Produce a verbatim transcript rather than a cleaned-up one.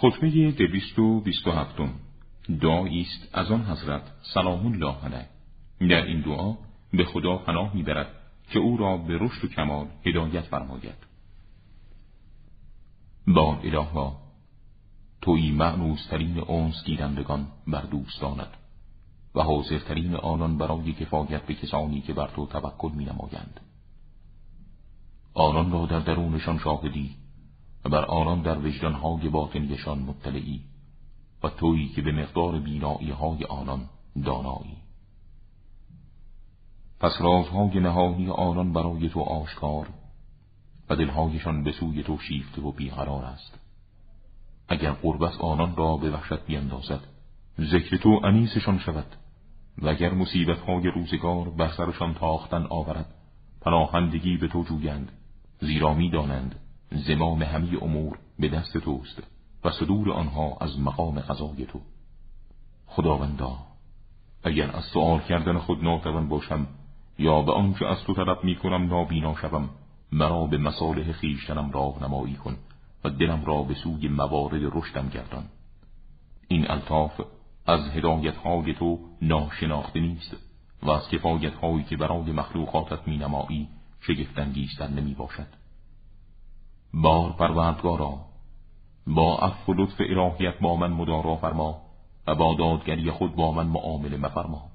خطبه دویست و بیست و هفتم دعایی است از آن حضرت سلام الله علیه. در این دعا به خدا پناه میبرد که او را به رشد و کمال هدایت فرماید. با الها تویی مأنوسترین انس گیرندگان بر دوستانت و حاضرترین آنان برای کفایت به کسانی که بر تو توکل می نمایند. آنان را در درونشان شاهدی و بر آنان در وجدانهای باطنیشان مطلعی و تویی که به مقدار بینایی های آنان دانایی. پس رازهای نهانی آنان برای تو آشکار و دلهایشان به سوی تو شیفته و بیقرار است. اگر قربت آنان را به وحشت بیندازد، ذکر تو انیسشان شود و اگر مصیبتهای روزگار بر سرشان تاختن آورد، پناهندگی به تو جویند، زیرا می دانند زمام همه امور به دست توست و صدور آنها از مقام قضای تو. خداوندا، اگر از سؤال کردن خود ناتوان باشم یا به آنچه از تو طلب می کنم نابینا شوم، مرا به مصالح خویشتنم راهنمایی کن و دلم را به سوی موارد رشدم گردان. این الطاف از هدایت‌های تو ناشناخته نیست و از کفایت‌هایی که برای مخلوقاتت می نمایی شگفت‌انگیزتر نمی باشد. بار پروردگارا، با عفو و لطف الهیت با من مدارا فرما و با دادگری خود با من معامله مفرما.